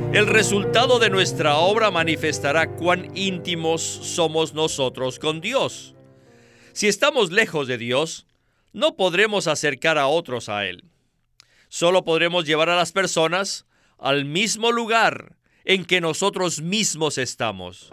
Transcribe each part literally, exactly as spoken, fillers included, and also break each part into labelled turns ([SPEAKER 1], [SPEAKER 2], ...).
[SPEAKER 1] El resultado de nuestra obra manifestará cuán íntimos somos nosotros con Dios. Si estamos lejos de Dios, no podremos acercar a otros a Él. Solo podremos llevar a las personas al mismo lugar en que nosotros mismos estamos.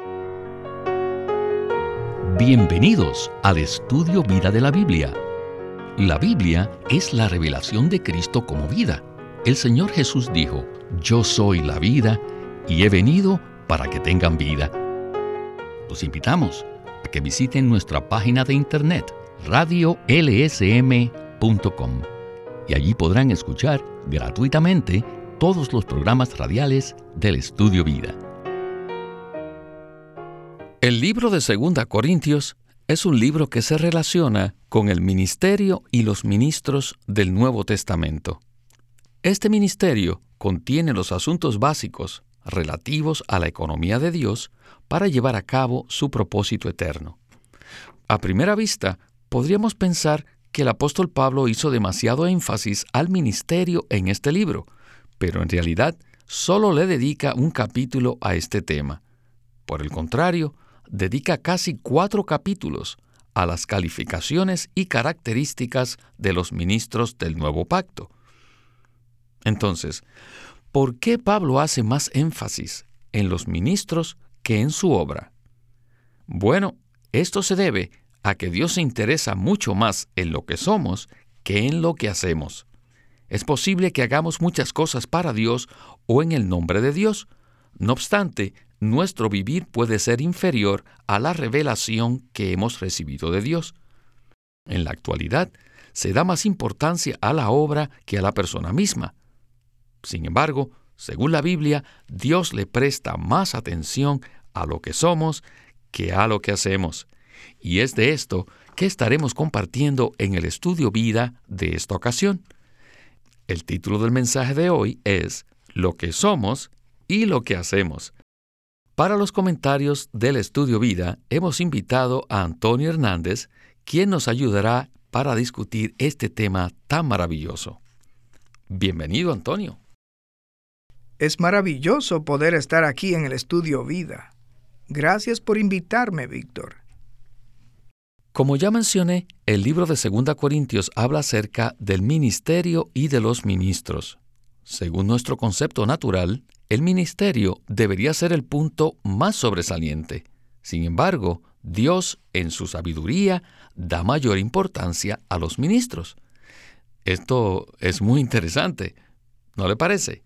[SPEAKER 2] Bienvenidos al estudio Vida de la Biblia. La Biblia es la revelación de Cristo como vida. El Señor Jesús dijo: Yo soy la vida y he venido para que tengan vida. Los invitamos a que visiten nuestra página de internet radio l s m punto com y allí podrán escuchar gratuitamente todos los programas radiales del Estudio Vida. El libro de Segunda Corintios es un libro que se relaciona con el ministerio y los ministros del Nuevo Testamento. Este ministerio contiene los asuntos básicos relativos a la economía de Dios para llevar a cabo su propósito eterno. A primera vista, podríamos pensar que el apóstol Pablo hizo demasiado énfasis al ministerio en este libro, pero en realidad solo le dedica un capítulo a este tema. Por el contrario, dedica casi cuatro capítulos a las calificaciones y características de los ministros del Nuevo Pacto. Entonces, ¿por qué Pablo hace más énfasis en los ministros que en su obra? Bueno, esto se debe a que Dios se interesa mucho más en lo que somos que en lo que hacemos. Es posible que hagamos muchas cosas para Dios o en el nombre de Dios. No obstante, nuestro vivir puede ser inferior a la revelación que hemos recibido de Dios. En la actualidad, se da más importancia a la obra que a la persona misma. Sin embargo, según la Biblia, Dios le presta más atención a lo que somos que a lo que hacemos. Y es de esto que estaremos compartiendo en el estudio vida de esta ocasión. El título del mensaje de hoy es Lo que somos y lo que hacemos. Para los comentarios del estudio vida, hemos invitado a Antonio Hernández, quien nos ayudará para discutir este tema tan maravilloso. Bienvenido, Antonio.
[SPEAKER 3] Es maravilloso poder estar aquí en el estudio vida. Gracias por invitarme, Víctor.
[SPEAKER 2] Como ya mencioné, el libro de Segunda Corintios habla acerca del ministerio y de los ministros. Según nuestro concepto natural, el ministerio debería ser el punto más sobresaliente. Sin embargo, Dios, en su sabiduría, da mayor importancia a los ministros. Esto es muy interesante, ¿no le parece?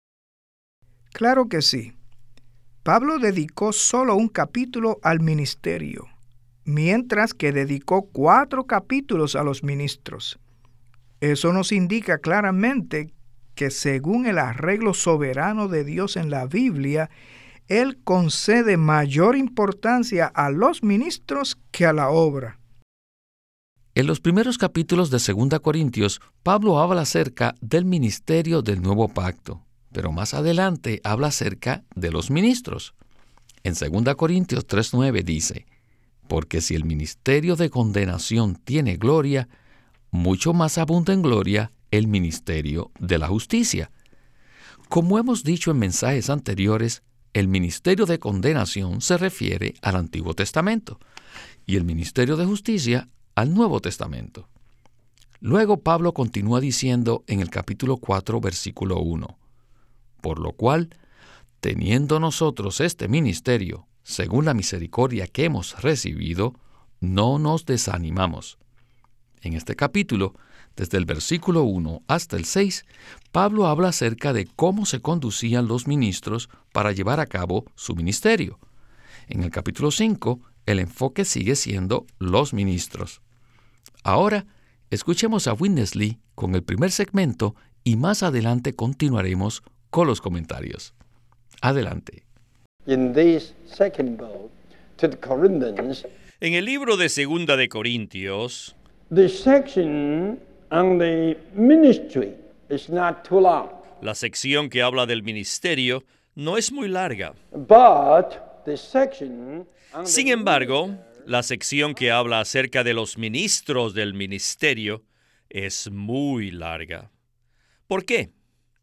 [SPEAKER 3] Claro que sí. Pablo dedicó solo un capítulo al ministerio, mientras que dedicó cuatro capítulos a los ministros. Eso nos indica claramente que según el arreglo soberano de Dios en la Biblia, Él concede mayor importancia a los ministros que a la obra.
[SPEAKER 2] En los primeros capítulos de Segunda Corintios, Pablo habla acerca del ministerio del Nuevo Pacto, pero más adelante habla acerca de los ministros. En Segunda Corintios tres nueve dice: Porque si el ministerio de condenación tiene gloria, mucho más abunda en gloria el ministerio de la justicia. Como hemos dicho en mensajes anteriores, el ministerio de condenación se refiere al Antiguo Testamento y el ministerio de justicia al Nuevo Testamento. Luego Pablo continúa diciendo en el capítulo cuatro, versículo uno: Por lo cual, teniendo nosotros este ministerio, según la misericordia que hemos recibido, no nos desanimamos. En este capítulo, desde el versículo uno hasta el seis, Pablo habla acerca de cómo se conducían los ministros para llevar a cabo su ministerio. En el capítulo cinco, el enfoque sigue siendo los ministros. Ahora, escuchemos a Witness Lee con el primer segmento y más adelante continuaremos con los comentarios. Adelante.
[SPEAKER 4] In this second book to the Corinthians,
[SPEAKER 1] En el libro de Segunda de Corintios,
[SPEAKER 4] the section on the ministry is not too long,
[SPEAKER 1] la sección que habla del ministerio no es muy larga.
[SPEAKER 4] but the section on the
[SPEAKER 1] Sin embargo, la sección que habla acerca de los ministros del ministerio es muy larga. ¿Por qué?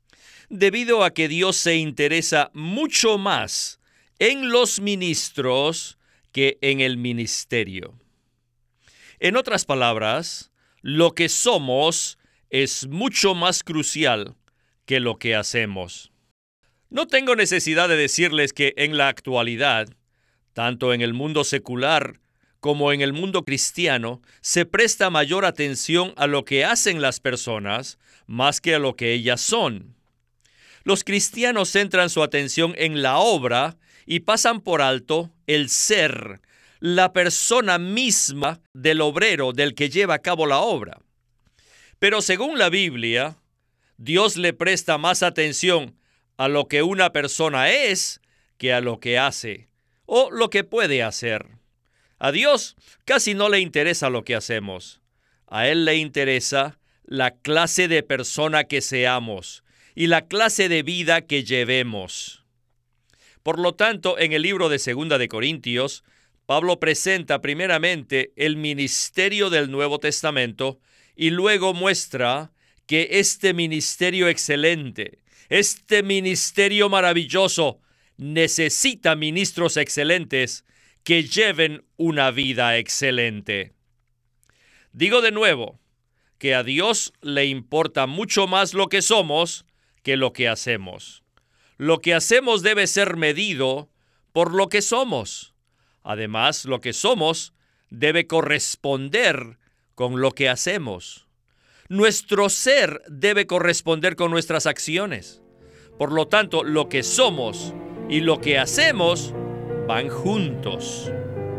[SPEAKER 1] debido a que Dios se interesa mucho más en los ministros que en el ministerio. En otras palabras, lo que somos es mucho más crucial que lo que hacemos. No tengo necesidad de decirles que en la actualidad, tanto en el mundo secular como en el mundo cristiano, se presta mayor atención a lo que hacen las personas más que a lo que ellas son. Los cristianos centran su atención en la obra y pasan por alto el ser, la persona misma del obrero, del que lleva a cabo la obra. Pero según la Biblia, Dios le presta más atención a lo que una persona es que a lo que hace o lo que puede hacer. A Dios casi no le interesa lo que hacemos. A Él le interesa la clase de persona que seamos y la clase de vida que llevemos. Por lo tanto, en el libro de Segunda de Corintios, Pablo presenta primeramente el ministerio del Nuevo Testamento y luego muestra que este ministerio excelente, este ministerio maravilloso, necesita ministros excelentes que lleven una vida excelente. Digo de nuevo que a Dios le importa mucho más lo que somos que lo que hacemos. Lo que hacemos debe ser medido por lo que somos. Además, lo que somos debe corresponder con lo que hacemos. Nuestro ser debe corresponder con nuestras acciones. Por lo tanto, lo que somos y lo que hacemos van juntos.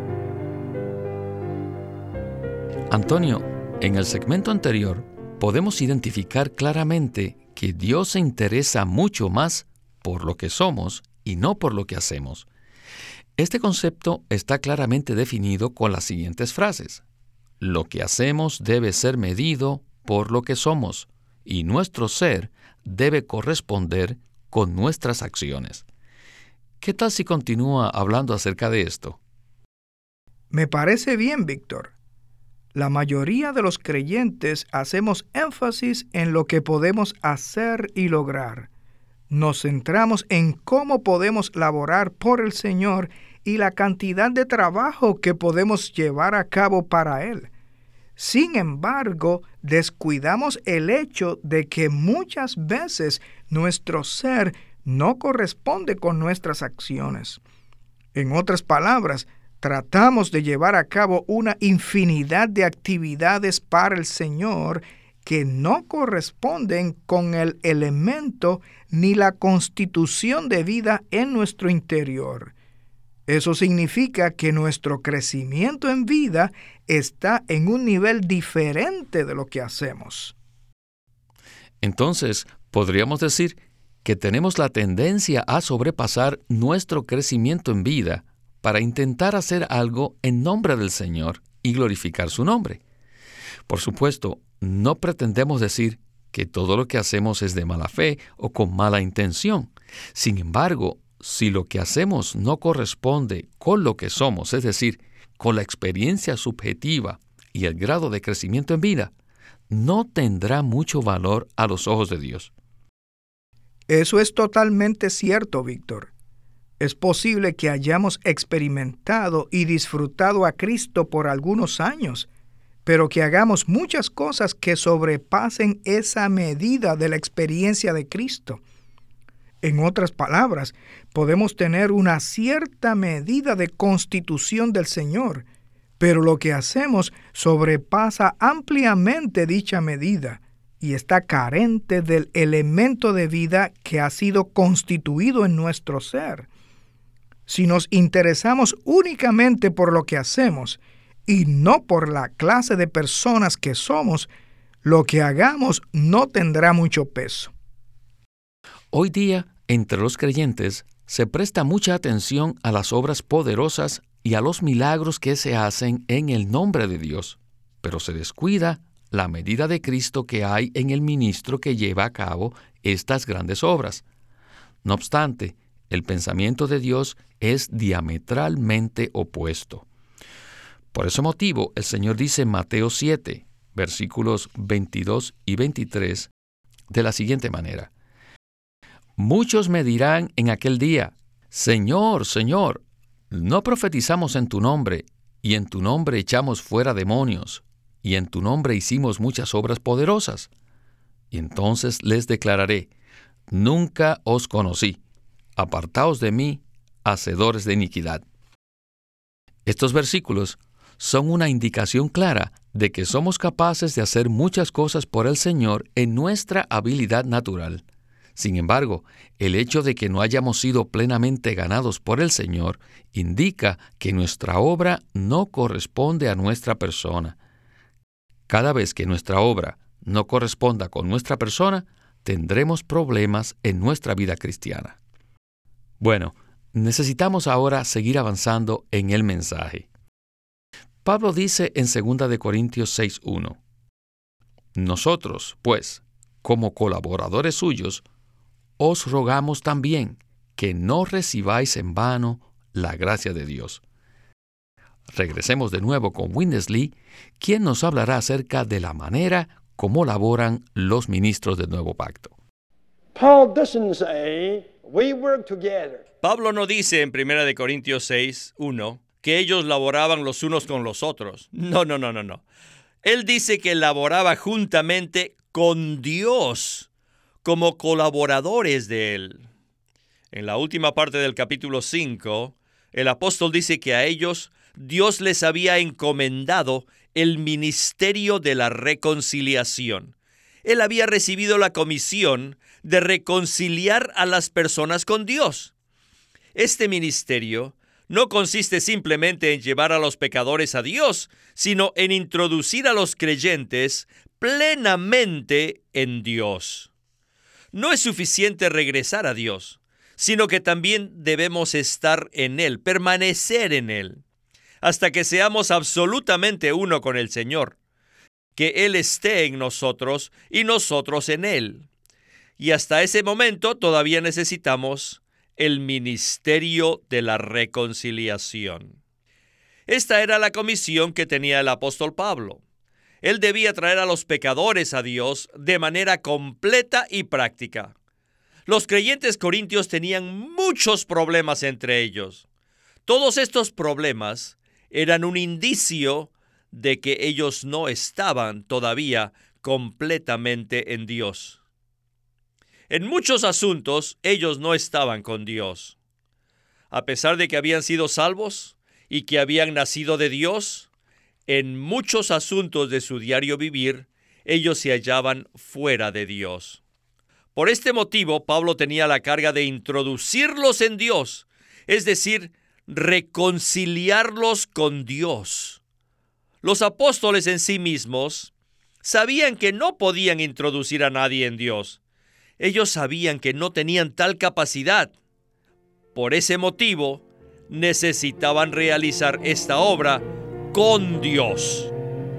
[SPEAKER 2] Antonio, en el segmento anterior podemos identificar claramente que Dios se interesa mucho más por lo que somos y no por lo que hacemos. Este concepto está claramente definido con las siguientes frases. Lo que hacemos debe ser medido por lo que somos, y nuestro ser debe corresponder con nuestras acciones. ¿Qué tal si continúa hablando acerca de esto?
[SPEAKER 3] Me parece bien, Víctor. La mayoría de los creyentes hacemos énfasis en lo que podemos hacer y lograr. Nos centramos en cómo podemos laborar por el Señor y la cantidad de trabajo que podemos llevar a cabo para Él. Sin embargo, descuidamos el hecho de que muchas veces nuestro ser no corresponde con nuestras acciones. En otras palabras, tratamos de llevar a cabo una infinidad de actividades para el Señor que no corresponden con el elemento ni la constitución de vida en nuestro interior. Eso significa que nuestro crecimiento en vida está en un nivel diferente de lo que hacemos.
[SPEAKER 2] Entonces, podríamos decir que tenemos la tendencia a sobrepasar nuestro crecimiento en vida para intentar hacer algo en nombre del Señor y glorificar su nombre. Por supuesto, no pretendemos decir que todo lo que hacemos es de mala fe o con mala intención. Sin embargo, si lo que hacemos no corresponde con lo que somos, es decir, con la experiencia subjetiva y el grado de crecimiento en vida, no tendrá mucho valor a los ojos de Dios.
[SPEAKER 3] Eso es totalmente cierto, Víctor. Es posible que hayamos experimentado y disfrutado a Cristo por algunos años, pero que hagamos muchas cosas que sobrepasen esa medida de la experiencia de Cristo. En otras palabras, podemos tener una cierta medida de constitución del Señor, pero lo que hacemos sobrepasa ampliamente dicha medida y está carente del elemento de vida que ha sido constituido en nuestro ser. Si nos interesamos únicamente por lo que hacemos y no por la clase de personas que somos, lo que hagamos no tendrá mucho peso.
[SPEAKER 2] Hoy día, entre los creyentes, se presta mucha atención a las obras poderosas y a los milagros que se hacen en el nombre de Dios, pero se descuida la medida de Cristo que hay en el ministro que lleva a cabo estas grandes obras. No obstante, el pensamiento de Dios es diametralmente opuesto. Por ese motivo, el Señor dice en Mateo siete, versículos veintidós y veintitrés, de la siguiente manera: Muchos me dirán en aquel día, Señor, Señor, ¿no profetizamos en tu nombre, y en tu nombre echamos fuera demonios, y en tu nombre hicimos muchas obras poderosas? Y entonces les declararé, nunca os conocí, apartaos de mí, hacedores de iniquidad. Estos versículos son una indicación clara de que somos capaces de hacer muchas cosas por el Señor en nuestra habilidad natural. Sin embargo, el hecho de que no hayamos sido plenamente ganados por el Señor indica que nuestra obra no corresponde a nuestra persona. Cada vez que nuestra obra no corresponda con nuestra persona, tendremos problemas en nuestra vida cristiana. Bueno, necesitamos ahora seguir avanzando en el mensaje. Pablo dice en segunda de Corintios seis uno, Nosotros, pues, como colaboradores suyos, os rogamos también que no recibáis en vano la gracia de Dios. Regresemos de nuevo con Winnesley, quien nos hablará acerca de la manera como laboran los ministros del nuevo pacto.
[SPEAKER 4] Paul doesn't say we work together.
[SPEAKER 1] Pablo no dice en primera de Corintios seis uno que ellos laboraban los unos con los otros. No, no, no, no, no. Él dice que laboraba juntamente con Dios, como colaboradores de Él. En la última parte del capítulo cinco, el apóstol dice que a ellos Dios les había encomendado el ministerio de la reconciliación. Él había recibido la comisión de reconciliar a las personas con Dios. Este ministerio no consiste simplemente en llevar a los pecadores a Dios, sino en introducir a los creyentes plenamente en Dios. No es suficiente regresar a Dios, sino que también debemos estar en Él, permanecer en Él, hasta que seamos absolutamente uno con el Señor, que Él esté en nosotros y nosotros en Él. Y hasta ese momento todavía necesitamos el ministerio de la reconciliación. Esta era la comisión que tenía el apóstol Pablo. Él debía traer a los pecadores a Dios de manera completa y práctica. Los creyentes corintios tenían muchos problemas entre ellos. Todos estos problemas eran un indicio de que ellos no estaban todavía completamente en Dios. En muchos asuntos, ellos no estaban con Dios. A pesar de que habían sido salvos y que habían nacido de Dios, en muchos asuntos de su diario vivir, ellos se hallaban fuera de Dios. Por este motivo, Pablo tenía la carga de introducirlos en Dios, es decir, reconciliarlos con Dios. Los apóstoles en sí mismos sabían que no podían introducir a nadie en Dios. Ellos sabían que no tenían tal capacidad. Por ese motivo, necesitaban realizar esta obra con Dios.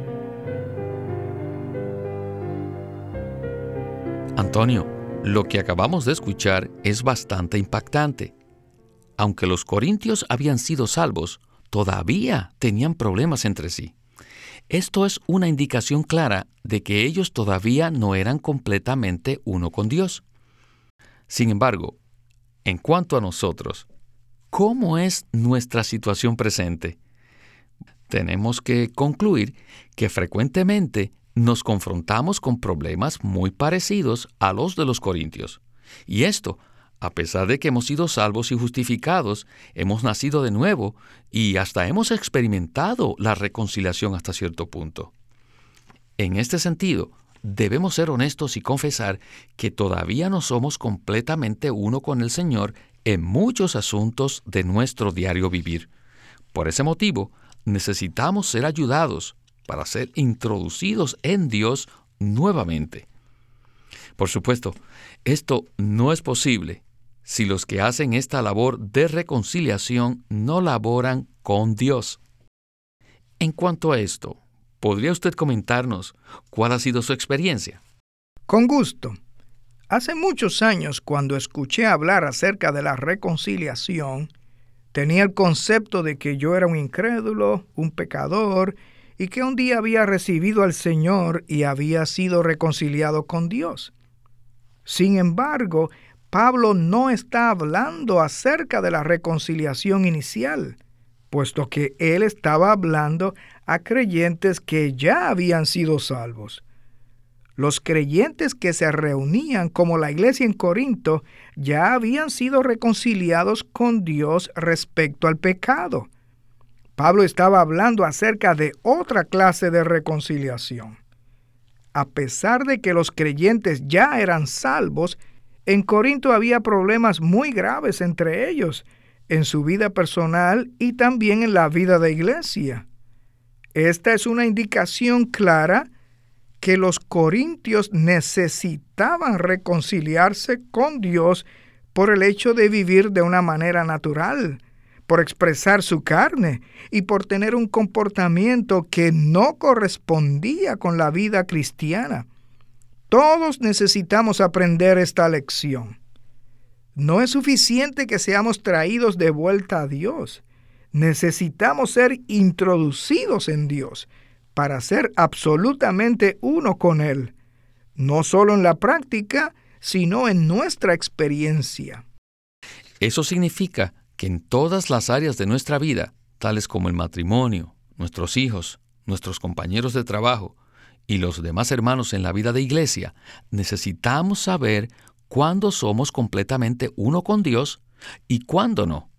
[SPEAKER 2] Antonio, lo que acabamos de escuchar es bastante impactante. Aunque los corintios habían sido salvos, todavía tenían problemas entre sí. Esto es una indicación clara de que ellos todavía no eran completamente uno con Dios. Sin embargo, en cuanto a nosotros, ¿cómo es nuestra situación presente? Tenemos que concluir que frecuentemente nos confrontamos con problemas muy parecidos a los de los corintios. Y esto, a pesar de que hemos sido salvos y justificados, hemos nacido de nuevo y hasta hemos experimentado la reconciliación hasta cierto punto. En este sentido, debemos ser honestos y confesar que todavía no somos completamente uno con el Señor en muchos asuntos de nuestro diario vivir. Por ese motivo, necesitamos ser ayudados para ser introducidos en Dios nuevamente. Por supuesto, esto no es posible si los que hacen esta labor de reconciliación no laboran con Dios. En cuanto a esto, ¿podría usted comentarnos cuál ha sido su experiencia?
[SPEAKER 3] Con gusto. Hace muchos años, cuando escuché hablar acerca de la reconciliación, tenía el concepto de que yo era un incrédulo, un pecador, y que un día había recibido al Señor y había sido reconciliado con Dios. Sin embargo, Pablo no está hablando acerca de la reconciliación inicial, puesto que él estaba hablando a creyentes que ya habían sido salvos. Los creyentes que se reunían como la iglesia en Corinto ya habían sido reconciliados con Dios respecto al pecado. Pablo estaba hablando acerca de otra clase de reconciliación. A pesar de que los creyentes ya eran salvos, en Corinto había problemas muy graves entre ellos, en su vida personal y también en la vida de iglesia. Esta es una indicación clara que los corintios necesitaban reconciliarse con Dios por el hecho de vivir de una manera natural, por expresar su carne y por tener un comportamiento que no correspondía con la vida cristiana. Todos necesitamos aprender esta lección. No es suficiente que seamos traídos de vuelta a Dios. Necesitamos ser introducidos en Dios para ser absolutamente uno con Él, no solo en la práctica, sino en nuestra experiencia.
[SPEAKER 2] Eso significa que en todas las áreas de nuestra vida, tales como el matrimonio, nuestros hijos, nuestros compañeros de trabajo y los demás hermanos en la vida de iglesia, necesitamos saber cuándo somos completamente uno con Dios y cuándo no.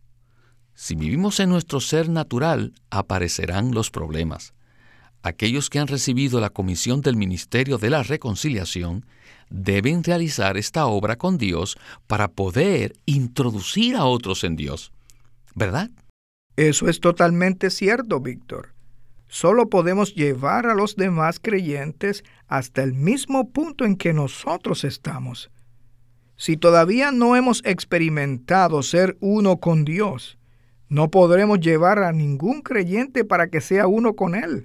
[SPEAKER 2] Si vivimos en nuestro ser natural, aparecerán los problemas. Aquellos que han recibido la comisión del ministerio de la reconciliación deben realizar esta obra con Dios para poder introducir a otros en Dios, ¿verdad?
[SPEAKER 3] Eso es totalmente cierto, Víctor. Solo podemos llevar a los demás creyentes hasta el mismo punto en que nosotros estamos. Si todavía no hemos experimentado ser uno con Dios, no podremos llevar a ningún creyente para que sea uno con Él.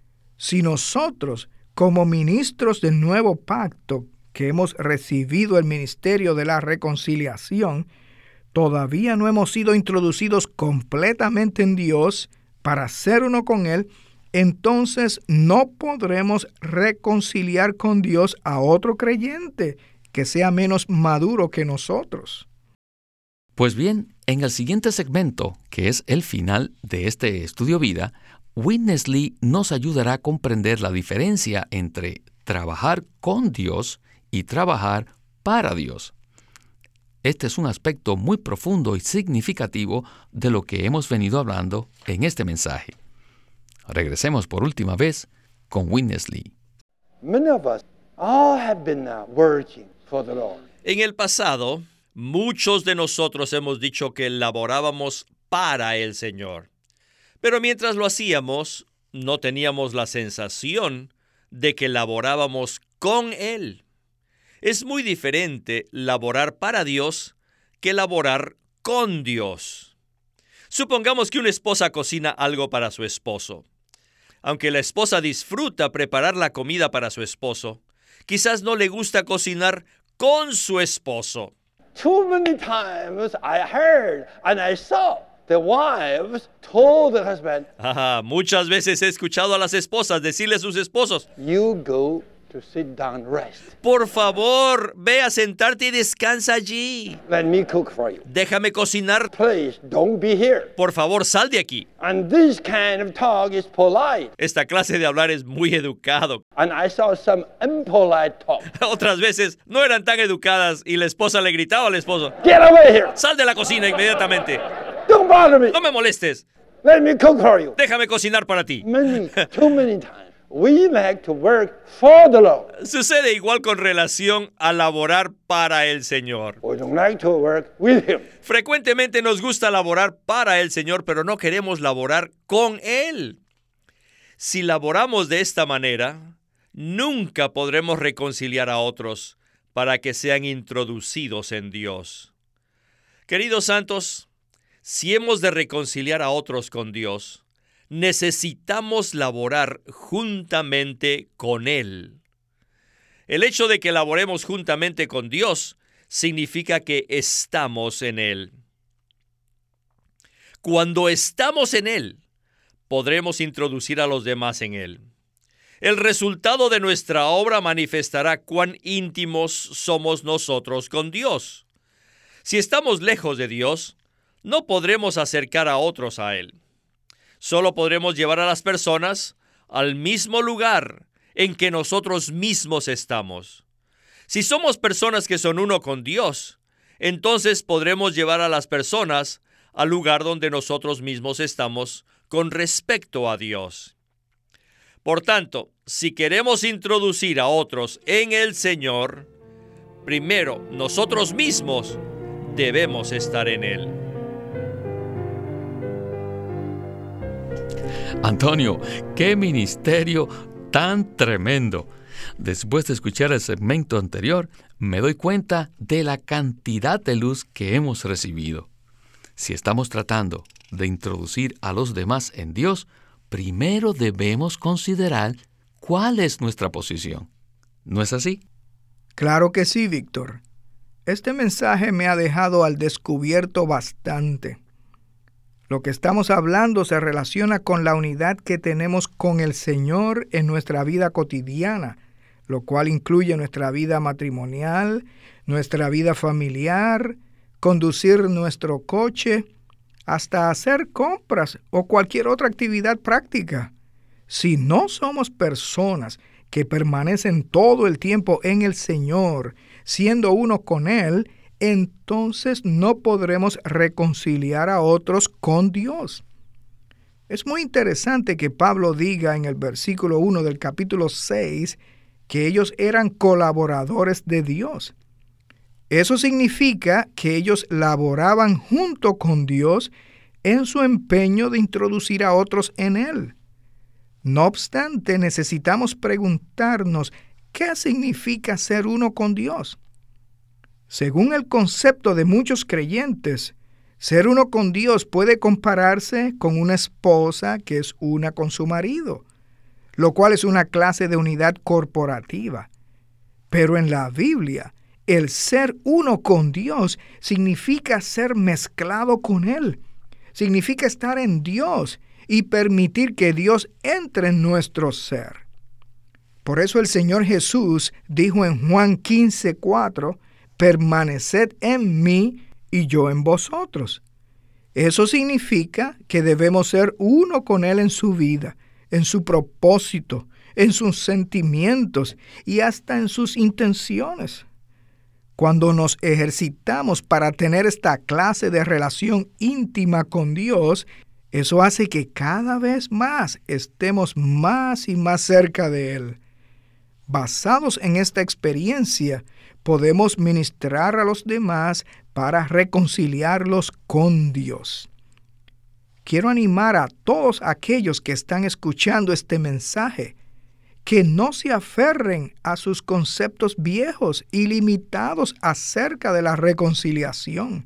[SPEAKER 3] Si nosotros, como ministros del nuevo pacto, que hemos recibido el ministerio de la reconciliación, todavía no hemos sido introducidos completamente en Dios para ser uno con Él, entonces no podremos reconciliar con Dios a otro creyente que sea menos maduro que nosotros.
[SPEAKER 2] Pues bien, en el siguiente segmento, que es el final de este estudio vida, Witness Lee nos ayudará a comprender la diferencia entre trabajar con Dios y trabajar para Dios. Este es un aspecto muy profundo y significativo de lo que hemos venido hablando en este mensaje. Regresemos por última vez con Witness Lee.
[SPEAKER 4] Many of us all have been uh, working for the Lord.
[SPEAKER 1] En el pasado, muchos de nosotros hemos dicho que laborábamos para el Señor. Pero mientras lo hacíamos, no teníamos la sensación de que laborábamos con Él. Es muy diferente laborar para Dios que laborar con Dios. Supongamos que una esposa cocina algo para su esposo. Aunque la esposa disfruta preparar la comida para su esposo, quizás no le gusta cocinar con su esposo.
[SPEAKER 4] Too many times I heard and I saw the wives told the husband,
[SPEAKER 1] Ajá, muchas veces he escuchado a las esposas decirle a sus esposos,
[SPEAKER 4] you go to sit down and rest.
[SPEAKER 1] por favor, ve a sentarte y descansa allí.
[SPEAKER 4] Let me cook for you.
[SPEAKER 1] Déjame cocinar.
[SPEAKER 4] Please don't be here.
[SPEAKER 1] Por favor, sal de aquí.
[SPEAKER 4] And this kind of talk is polite.
[SPEAKER 1] Esta clase de hablar es muy educado.
[SPEAKER 4] And I saw some impolite talk.
[SPEAKER 1] Otras veces no eran tan educadas y la esposa le gritaba al esposo,
[SPEAKER 4] Get away here.
[SPEAKER 1] sal de la cocina inmediatamente.
[SPEAKER 4] Don't bother me.
[SPEAKER 1] No me molestes.
[SPEAKER 4] Let me cook for you.
[SPEAKER 1] Déjame cocinar para ti.
[SPEAKER 4] Many, too many times. We like to work for the Lord.
[SPEAKER 1] Sucede igual con relación a laborar para el Señor.
[SPEAKER 4] We don't like to work with Him.
[SPEAKER 1] Frecuentemente nos gusta laborar para el Señor, pero no queremos laborar con Él. Si laboramos de esta manera, nunca podremos reconciliar a otros para que sean introducidos en Dios. Queridos santos, si hemos de reconciliar a otros con Dios, necesitamos laborar juntamente con Él. El hecho de que laboremos juntamente con Dios significa que estamos en Él. Cuando estamos en Él, podremos introducir a los demás en Él. El resultado de nuestra obra manifestará cuán íntimos somos nosotros con Dios. Si estamos lejos de Dios, no podremos acercar a otros a Él. Solo podremos llevar a las personas al mismo lugar en que nosotros mismos estamos. Si somos personas que son uno con Dios, entonces podremos llevar a las personas al lugar donde nosotros mismos estamos con respecto a Dios. Por tanto, si queremos introducir a otros en el Señor, primero nosotros mismos debemos estar en Él.
[SPEAKER 2] Antonio, qué ministerio tan tremendo. Después de escuchar el segmento anterior, me doy cuenta de la cantidad de luz que hemos recibido. Si estamos tratando de introducir a los demás en Dios, primero debemos considerar cuál es nuestra posición. ¿No es así?
[SPEAKER 3] Claro que sí, Víctor. Este mensaje me ha dejado al descubierto bastante. Lo que estamos hablando se relaciona con la unidad que tenemos con el Señor en nuestra vida cotidiana, lo cual incluye nuestra vida matrimonial, nuestra vida familiar, conducir nuestro coche, hasta hacer compras o cualquier otra actividad práctica. Si no somos personas que permanecen todo el tiempo en el Señor, siendo uno con Él, entonces no podremos reconciliar a otros con Dios. Es muy interesante que Pablo diga en el versículo uno del capítulo seis que ellos eran colaboradores de Dios. Eso significa que ellos laboraban junto con Dios en su empeño de introducir a otros en Él. No obstante, necesitamos preguntarnos qué significa ser uno con Dios. Según el concepto de muchos creyentes, ser uno con Dios puede compararse con una esposa que es una con su marido, lo cual es una clase de unidad corporativa. Pero en la Biblia, el ser uno con Dios significa ser mezclado con Él. Significa estar en Dios y permitir que Dios entre en nuestro ser. Por eso el Señor Jesús dijo en Juan quince cuatro, permaneced en mí y yo en vosotros. Eso significa que debemos ser uno con Él en su vida, en su propósito, en sus sentimientos y hasta en sus intenciones. Cuando nos ejercitamos para tener esta clase de relación íntima con Dios, eso hace que cada vez más estemos más y más cerca de Él. Basados en esta experiencia, podemos ministrar a los demás para reconciliarlos con Dios. Quiero animar a todos aquellos que están escuchando este mensaje que no se aferren a sus conceptos viejos y limitados acerca de la reconciliación.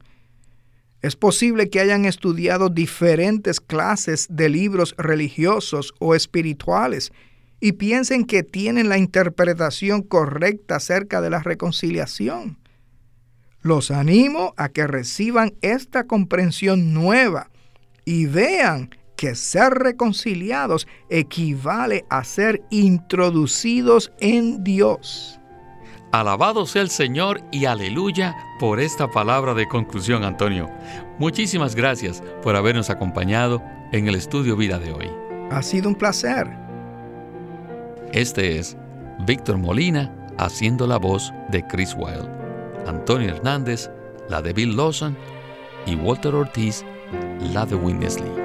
[SPEAKER 3] Es posible que hayan estudiado diferentes clases de libros religiosos o espirituales y piensen que tienen la interpretación correcta acerca de la reconciliación. Los animo a que reciban esta comprensión nueva y vean que ser reconciliados equivale a ser introducidos en Dios.
[SPEAKER 2] Alabado sea el Señor y aleluya por esta palabra de conclusión, Antonio. Muchísimas gracias por habernos acompañado en el Estudio Vida de hoy.
[SPEAKER 3] Ha sido un placer.
[SPEAKER 2] Este es Víctor Molina haciendo la voz de Chris Wilde, Antonio Hernández, la de Bill Lawson, y Walter Ortiz, la de Witness Lee.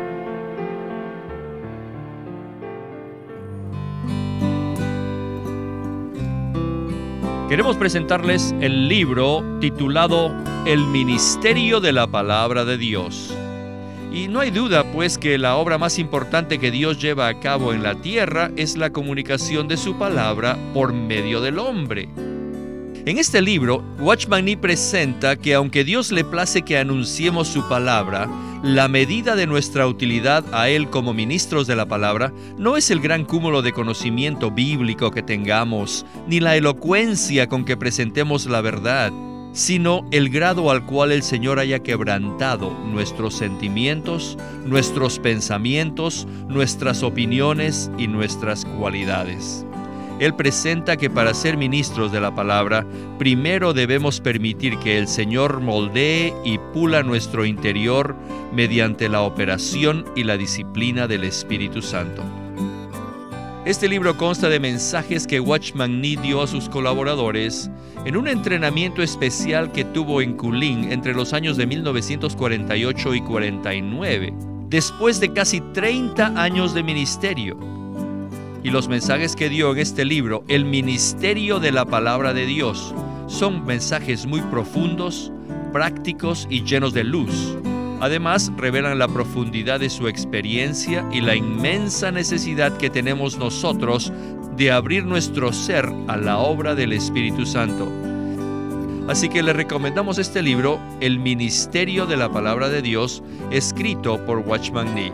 [SPEAKER 1] Queremos presentarles el libro titulado El Ministerio de la Palabra de Dios. Y no hay duda, pues, que la obra más importante que Dios lleva a cabo en la tierra es la comunicación de su palabra por medio del hombre. En este libro, Watchman Nee presenta que aunque Dios le place que anunciemos su palabra, la medida de nuestra utilidad a Él como ministros de la palabra no es el gran cúmulo de conocimiento bíblico que tengamos, ni la elocuencia con que presentemos la verdad, sino el grado al cual el Señor haya quebrantado nuestros sentimientos, nuestros pensamientos, nuestras opiniones y nuestras cualidades. Él presenta que para ser ministros de la palabra, primero debemos permitir que el Señor moldee y pula nuestro interior mediante la operación y la disciplina del Espíritu Santo. Este libro consta de mensajes que Watchman Nee dio a sus colaboradores en un entrenamiento especial que tuvo en Kulin entre los años de mil novecientos cuarenta y ocho y cuarenta y nueve, después de casi treinta años de ministerio. Y los mensajes que dio en este libro, El Ministerio de la Palabra de Dios, son mensajes muy profundos, prácticos y llenos de luz. Además, revelan la profundidad de su experiencia y la inmensa necesidad que tenemos nosotros de abrir nuestro ser a la obra del Espíritu Santo. Así que le recomendamos este libro, El Ministerio de la Palabra de Dios, escrito por Watchman Nee.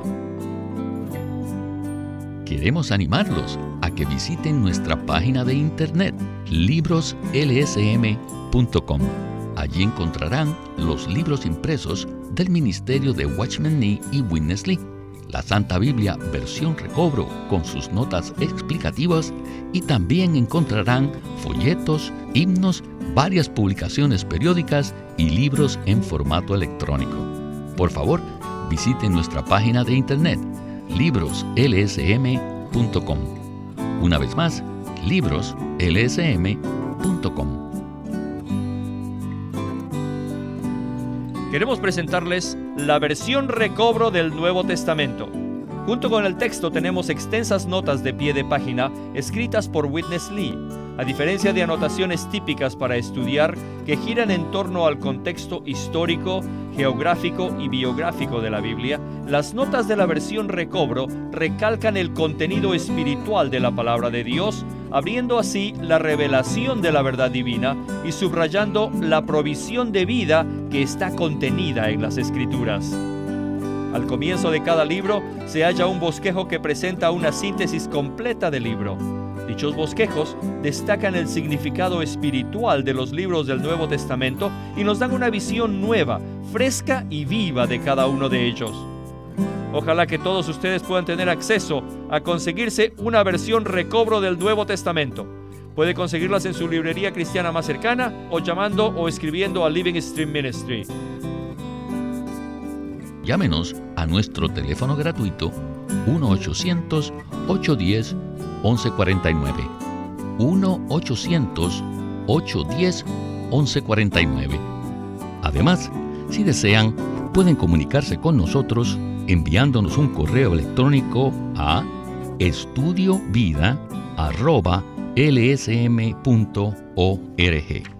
[SPEAKER 2] Queremos animarlos a que visiten nuestra página de internet, libros l s m punto com. Allí encontrarán los libros impresos del ministerio de Watchman Nee y Witness Lee, la Santa Biblia versión recobro con sus notas explicativas, y también encontrarán folletos, himnos, varias publicaciones periódicas y libros en formato electrónico. Por favor, visiten nuestra página de internet, libros l s m punto com. Una vez más, libros l s m punto com.
[SPEAKER 1] Queremos presentarles la versión recobro del Nuevo Testamento. Junto con el texto tenemos extensas notas de pie de página escritas por Witness Lee. A diferencia de anotaciones típicas para estudiar que giran en torno al contexto histórico, geográfico y biográfico de la Biblia, las notas de la versión recobro recalcan el contenido espiritual de la palabra de Dios, abriendo así la revelación de la verdad divina y subrayando la provisión de vida que está contenida en las Escrituras. Al comienzo de cada libro se halla un bosquejo que presenta una síntesis completa del libro. Dichos bosquejos destacan el significado espiritual de los libros del Nuevo Testamento y nos dan una visión nueva, fresca y viva de cada uno de ellos. Ojalá que todos ustedes puedan tener acceso a conseguirse una versión recobro del Nuevo Testamento. Puede conseguirlas en su librería cristiana más cercana o llamando o escribiendo a Living Stream Ministry.
[SPEAKER 2] Llámenos a nuestro teléfono gratuito uno ochocientos, ocho uno cero, once cuarenta y nueve. uno ochocientos, ocho uno cero, once cuarenta y nueve. Además, si desean, pueden comunicarse con nosotros enviándonos un correo electrónico a estudiovida arroba l s m punto org.